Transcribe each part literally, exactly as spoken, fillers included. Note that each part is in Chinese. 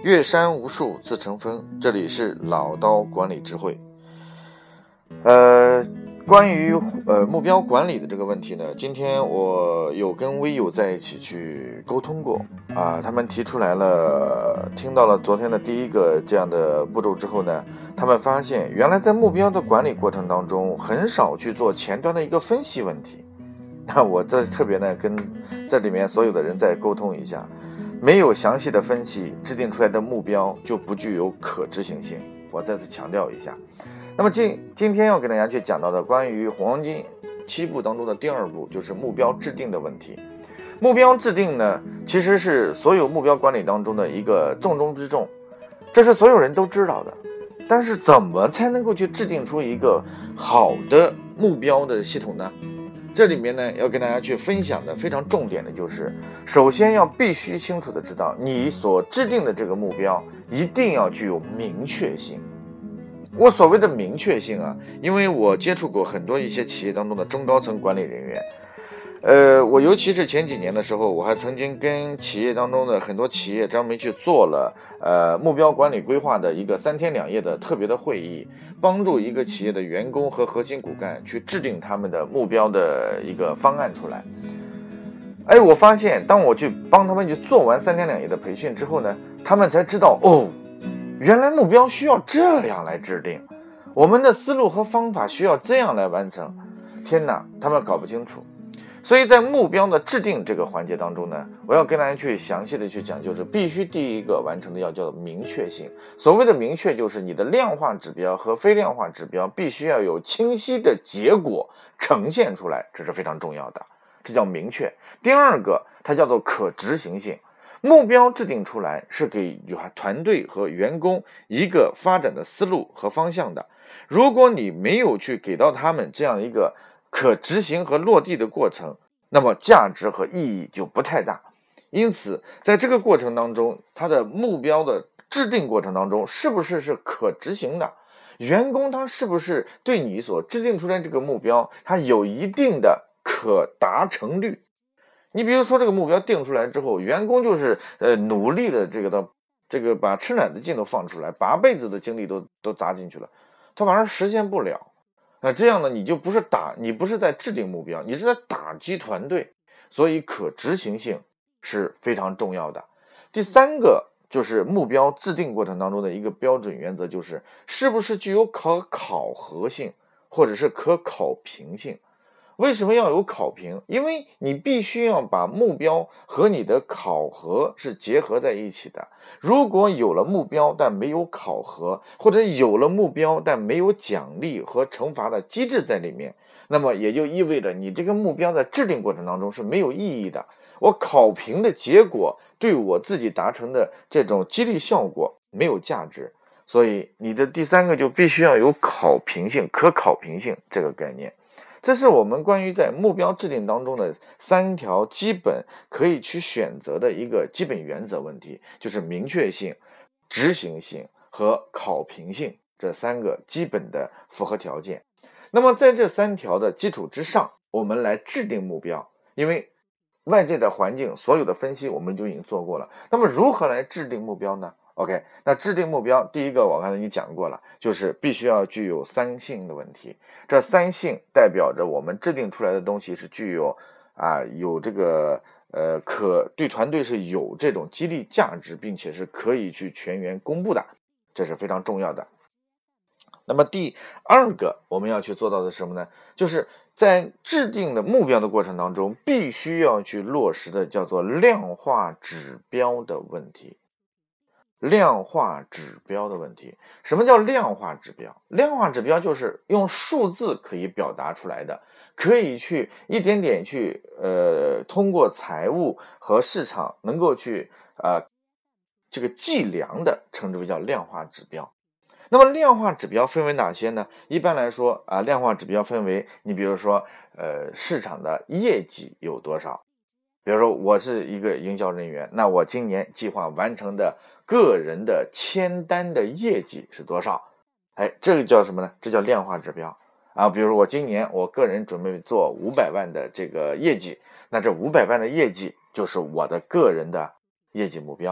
越山无数自成峰，这里是老刀管理智慧。呃，关于呃目标管理的这个问题呢，今天我有跟微友在一起去沟通过啊，他们提出来了，听到了昨天的第一个这样的步骤之后呢，他们发现原来在目标的管理过程当中，很少去做前端的一个分析问题。那我这特别呢跟这里面所有的人再沟通一下。没有详细的分析，制定出来的目标就不具有可执行性。我再次强调一下。那么今今天要给大家去讲到的关于黄金七步当中的第二步，就是目标制定的问题。目标制定呢，其实是所有目标管理当中的一个重中之重，这是所有人都知道的。但是怎么才能够去制定出一个好的目标的系统呢？这里面呢，要跟大家去分享的非常重点的就是，首先要必须清楚的知道，你所制定的这个目标一定要具有明确性。我所谓的明确性啊，因为我接触过很多一些企业当中的中高层管理人员，呃，我尤其是前几年的时候，我还曾经跟企业当中的很多企业专门去做了呃目标管理规划的一个三天两夜的特别的会议，帮助一个企业的员工和核心骨干去制定他们的目标的一个方案出来。哎，我发现当我去帮他们去做完三天两夜的培训之后呢，他们才知道哦，原来目标需要这样来制定，我们的思路和方法需要这样来完成。天哪，他们搞不清楚。所以在目标的制定这个环节当中呢，我要跟大家去详细的去讲，就是必须第一个完成的要叫做明确性。所谓的明确，就是你的量化指标和非量化指标必须要有清晰的结果呈现出来，这是非常重要的，这叫明确。第二个，它叫做可执行性。目标制定出来是给团队和员工一个发展的思路和方向的，如果你没有去给到他们这样一个可执行和落地的过程，那么价值和意义就不太大。因此在这个过程当中，它的目标的制定过程当中是不是是可执行的，员工他是不是对你所制定出来这个目标他有一定的可达成率。你比如说这个目标定出来之后，员工就是呃努力的这个的这个把吃奶的劲都放出来，八辈子的精力都都砸进去了，他反而实现不了。那这样呢，你就不是打，你不是在制定目标，你是在打击团队，所以可执行性是非常重要的。第三个就是目标制定过程当中的一个标准原则，就是是不是具有可考核性或者是可考评性。为什么要有考评？因为你必须要把目标和你的考核是结合在一起的。如果有了目标但没有考核，或者有了目标但没有奖励和惩罚的机制在里面，那么也就意味着你这个目标在制定过程当中是没有意义的。我考评的结果对我自己达成的这种激励效果没有价值，所以你的第三个就必须要有考评性、可考评性这个概念。这是我们关于在目标制定当中的三条基本可以去选择的一个基本原则问题，就是明确性、执行性和考评性这三个基本的符合条件。那么在这三条的基础之上，我们来制定目标，因为外界的环境所有的分析我们就已经做过了。那么如何来制定目标呢？ OK， 那制定目标第一个我刚才已经讲过了，就是必须要具有三性的问题。这三性代表着我们制定出来的东西是具有啊有这个呃可对团队是有这种激励价值，并且是可以去全员公布的，这是非常重要的。那么第二个我们要去做到的是什么呢？就是在制定的目标的过程当中，必须要去落实的叫做量化指标的问题。量化指标的问题，什么叫量化指标？量化指标就是用数字可以表达出来的，可以去一点点去呃通过财务和市场能够去呃这个计量的，称之为叫量化指标。那么量化指标分为哪些呢？一般来说啊，量化指标分为，你比如说呃市场的业绩有多少，比如说我是一个营销人员，那我今年计划完成的个人的签单的业绩是多少？哎，这个叫什么呢？这叫量化指标啊。比如说我今年我个人准备做五百万的这个业绩，那这五百万的业绩就是我的个人的业绩目标。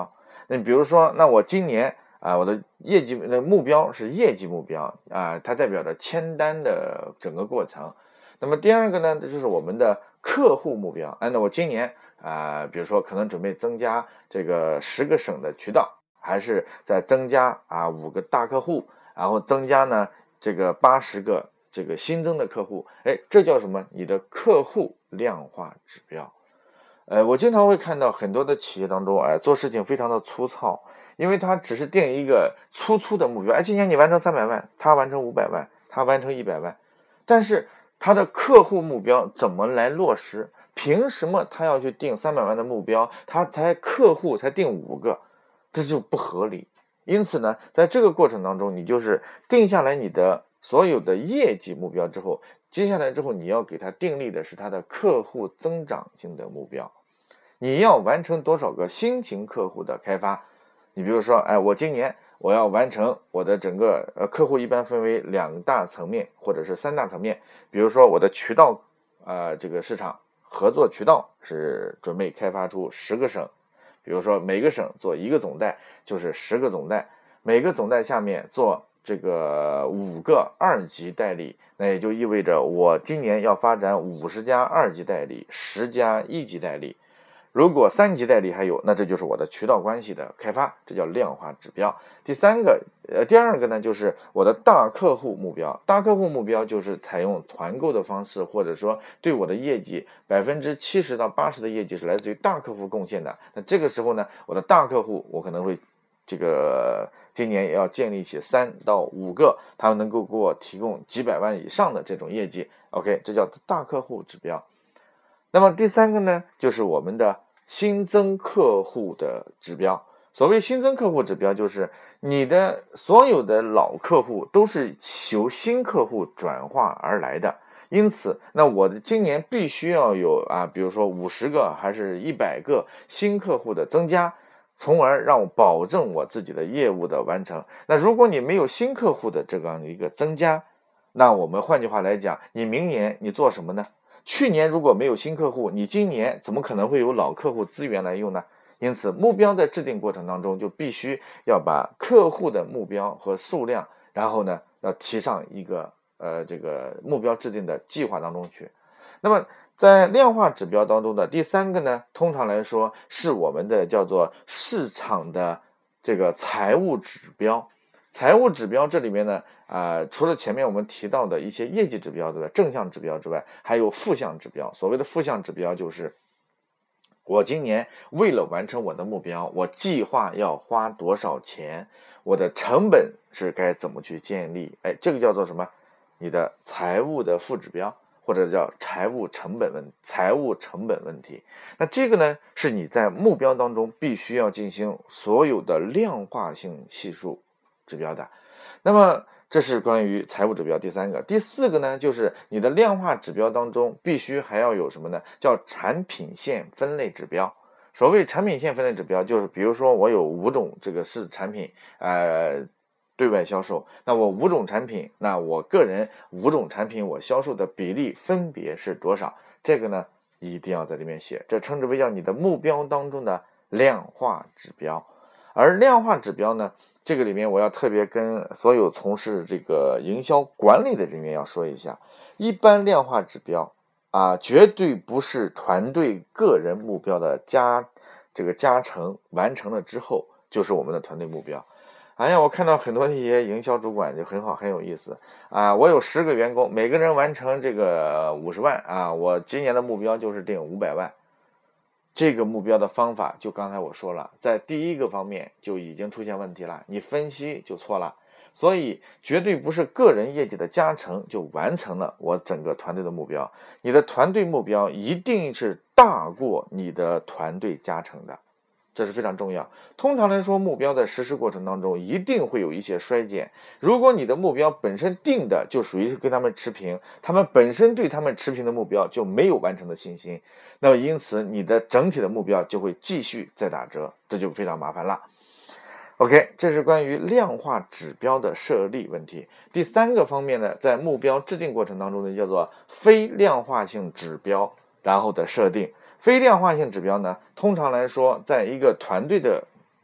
那比如说，那我今年啊，我的业绩的目标是业绩目标啊，它代表着签单的整个过程。那么第二个呢，就是我们的客户目标。哎，那我今年啊，比如说可能准备增加这个十个省的渠道，还是在增加啊五个大客户，然后增加呢这个八十个这个新增的客户。哎，这叫什么？你的客户量化指标。呃，我经常会看到很多的企业当中，哎，做事情非常的粗糙，因为他只是定一个粗粗的目标，哎，今年你完成三百万，他完成五百万，他完成一百万，但是他的客户目标怎么来落实？凭什么他要去定三百万的目标，他才客户才定五个，这就不合理。因此呢，在这个过程当中，你就是定下来你的所有的业绩目标之后，接下来之后你要给他定立的是他的客户增长性的目标。你要完成多少个新型客户的开发？你比如说，哎，我今年我要完成我的整个呃客户一般分为两大层面或者是三大层面。比如说我的渠道呃这个市场合作渠道是准备开发出十个省，比如说每个省做一个总代，就是十个总代，每个总代下面做这个五个二级代理，那也就意味着我今年要发展五十家二级代理，十家一级代理。如果三级代理还有，那这就是我的渠道关系的开发，这叫量化指标。第三个，呃，第二个呢，就是我的大客户目标。大客户目标就是采用团购的方式，或者说对我的业绩百分之七十到八十的业绩是来自于大客户贡献的。那这个时候呢，我的大客户我可能会这个今年要建立起三到五个，他们能够给我提供几百万以上的这种业绩。OK， 这叫大客户指标。那么第三个呢，就是我们的新增客户的指标。所谓新增客户指标，就是你的所有的老客户都是由新客户转化而来的，因此那我的今年必须要有啊，比如说五十个还是一百个新客户的增加，从而让我保证我自己的业务的完成。那如果你没有新客户的这样一个增加，那我们换句话来讲，你明年你做什么呢？去年如果没有新客户，你今年怎么可能会有老客户资源来用呢？因此目标在制定过程当中就必须要把客户的目标和数量，然后呢要提上一个呃这个目标制定的计划当中去。那么在量化指标当中的第三个呢，通常来说是我们的叫做市场的这个财务指标。财务指标这里面呢，啊、呃，除了前面我们提到的一些业绩指标，对吧？正向指标之外，还有负向指标。所谓的负向指标就是，我今年为了完成我的目标，我计划要花多少钱，我的成本是该怎么去建立？哎，这个叫做什么？你的财务的负指标，或者叫财务成本问财务成本问题。那这个呢，是你在目标当中必须要进行所有的量化性系数指标的。那么这是关于财务指标第三个。第四个呢，就是你的量化指标当中必须还要有什么呢？叫产品线分类指标。所谓产品线分类指标，就是比如说我有五种这个是产品呃对外销售，那我五种产品，那我个人五种产品我销售的比例分别是多少？这个呢一定要在里面写，这称之为叫你的目标当中的量化指标。而量化指标呢，这个里面我要特别跟所有从事这个营销管理的人员要说一下，一般量化指标啊，绝对不是团队个人目标的加这个加成，完成了之后就是我们的团队目标。哎呀，我看到很多一些营销主管就很好，很有意思啊！我有十个员工，每个人完成这个五十万啊，我今年的目标就是定五百万。这个目标的方法就刚才我说了，在第一个方面就已经出现问题了，你分析就错了。所以绝对不是个人业绩的加成就完成了我整个团队的目标，你的团队目标一定是大过你的团队加成的，这是非常重要。通常来说，目标在实施过程当中一定会有一些衰减。如果你的目标本身定的就属于跟他们持平，他们本身对他们持平的目标就没有完成的信心，那么因此你的整体的目标就会继续再打折，这就非常麻烦了。OK， 这是关于量化指标的设立问题。第三个方面呢，在目标制定过程当中呢，叫做非量化性指标，然后的设定。非量化性指标呢，通常来说，在一个团队的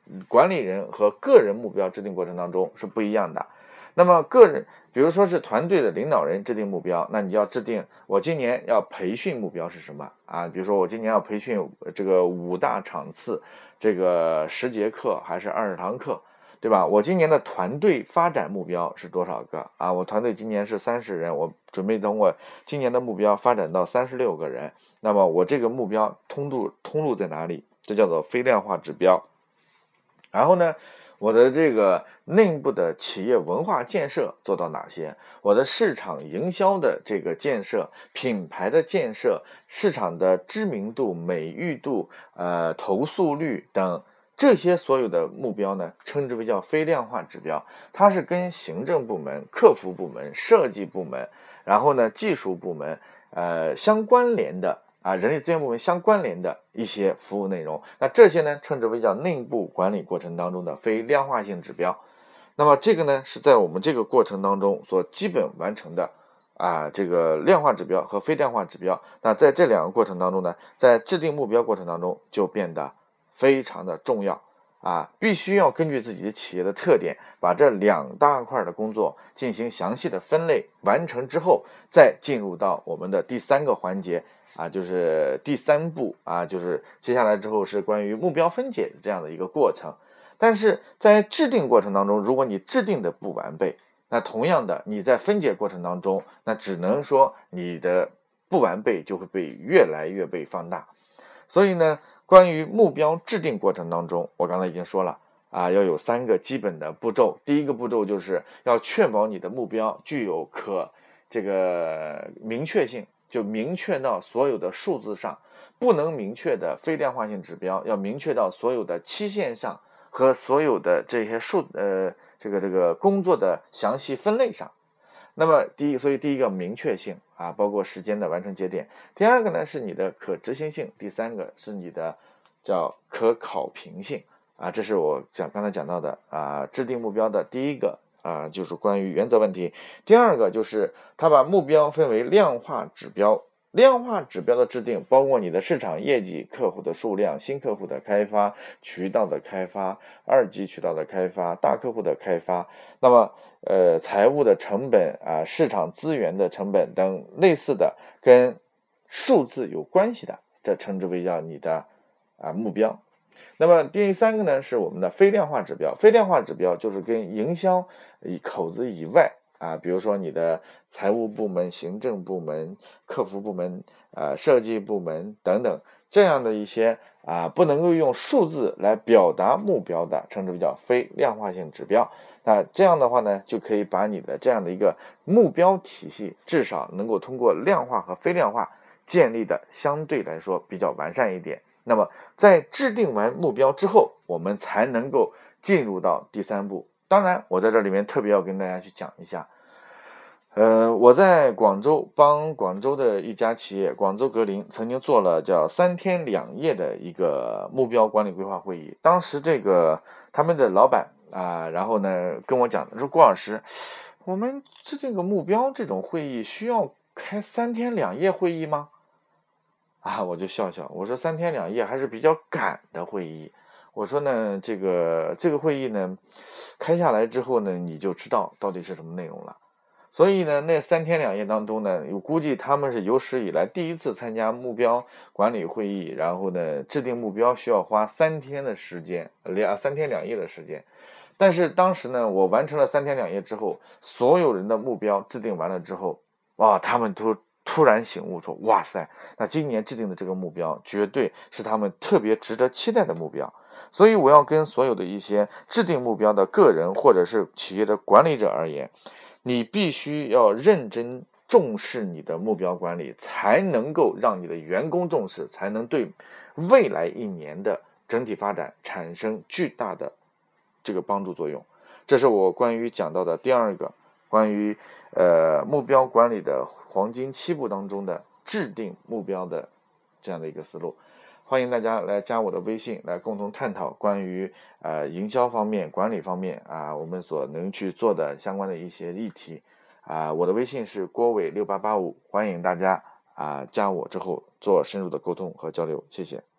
管理人和个人目标制定过程当中是不一样的。那么个人，比如说是团队的领导人制定目标，那你要制定我今年要培训目标是什么啊？比如说我今年要培训这个五大场次，这个十节课还是二十堂课，对吧？我今年的团队发展目标是多少个啊？我团队今年是三十人，我准备等我今年的目标发展到三十六个人，那么我这个目标通路通路在哪里？这叫做非量化指标。然后呢，我的这个内部的企业文化建设做到哪些？我的市场营销的这个建设、品牌的建设、市场的知名度、美誉度、呃投诉率等这些所有的目标呢，称之为叫非量化指标。它是跟行政部门、客服部门、设计部门，然后呢技术部门呃相关联的。啊，人力资源部门相关联的一些服务内容，那这些呢，称之为叫内部管理过程当中的非量化性指标。那么这个呢，是在我们这个过程当中所基本完成的啊，这个量化指标和非量化指标。那在这两个过程当中呢，在制定目标过程当中就变得非常的重要啊，必须要根据自己的企业的特点，把这两大块的工作进行详细的分类，完成之后，再进入到我们的第三个环节。啊，就是第三步啊，就是接下来之后是关于目标分解这样的一个过程。但是在制定过程当中，如果你制定的不完备，那同样的你在分解过程当中，那只能说你的不完备就会被越来越被放大。所以呢，关于目标制定过程当中，我刚才已经说了啊，要有三个基本的步骤。第一个步骤就是要确保你的目标具有可这个明确性。就明确到所有的数字上，不能明确的非量化性指标要明确到所有的期限上和所有的这些数呃这个这个工作的详细分类上。那么第一，所以第一个明确性啊，包括时间的完成节点。第二个呢是你的可执行性，第三个是你的叫可考评性啊，这是我讲刚才讲到的啊，制定目标的第一个。啊，就是关于原则问题。第二个就是他把目标分为量化指标，量化指标的制定包括你的市场业绩、客户的数量、新客户的开发、渠道的开发、二级渠道的开发、大客户的开发，那么呃财务的成本啊、市场资源的成本等类似的跟数字有关系的，这称之为叫你的啊目标。那么第三个呢是我们的非量化指标，非量化指标就是跟营销口子以外啊，比如说你的财务部门、行政部门、客服部门、呃设计部门等等这样的一些啊不能够用数字来表达目标的，称之为叫非量化性指标。那这样的话呢，就可以把你的这样的一个目标体系，至少能够通过量化和非量化建立的相对来说比较完善一点。那么在制定完目标之后，我们才能够进入到第三步。当然我在这里面特别要跟大家去讲一下，呃，我在广州帮广州的一家企业广州格林曾经做了叫三天两夜的一个目标管理规划会议。当时这个他们的老板啊、呃，然后呢跟我讲说，郭老师，我们这这个目标这种会议需要开三天两夜会议吗？啊，我就笑笑，我说三天两夜还是比较赶的会议。我说呢，这个这个会议呢，开下来之后呢，你就知道到底是什么内容了。所以呢，那三天两夜当中呢，我估计他们是有史以来第一次参加目标管理会议，然后呢，制定目标需要花三天的时间，两三天两夜的时间。但是当时呢，我完成了三天两夜之后，所有人的目标制定完了之后，哇，他们都突然醒悟说，哇塞，那今年制定的这个目标绝对是他们特别值得期待的目标。所以我要跟所有的一些制定目标的个人或者是企业的管理者而言，你必须要认真重视你的目标管理，才能够让你的员工重视，才能对未来一年的整体发展产生巨大的这个帮助作用。这是我关于讲到的第二个关于呃目标管理的黄金七步当中的制定目标的这样的一个思路。欢迎大家来加我的微信，来共同探讨关于呃营销方面、管理方面啊，我们所能去做的相关的一些议题啊。我的微信是郭伟六八八五，欢迎大家啊加我之后做深入的沟通和交流，谢谢。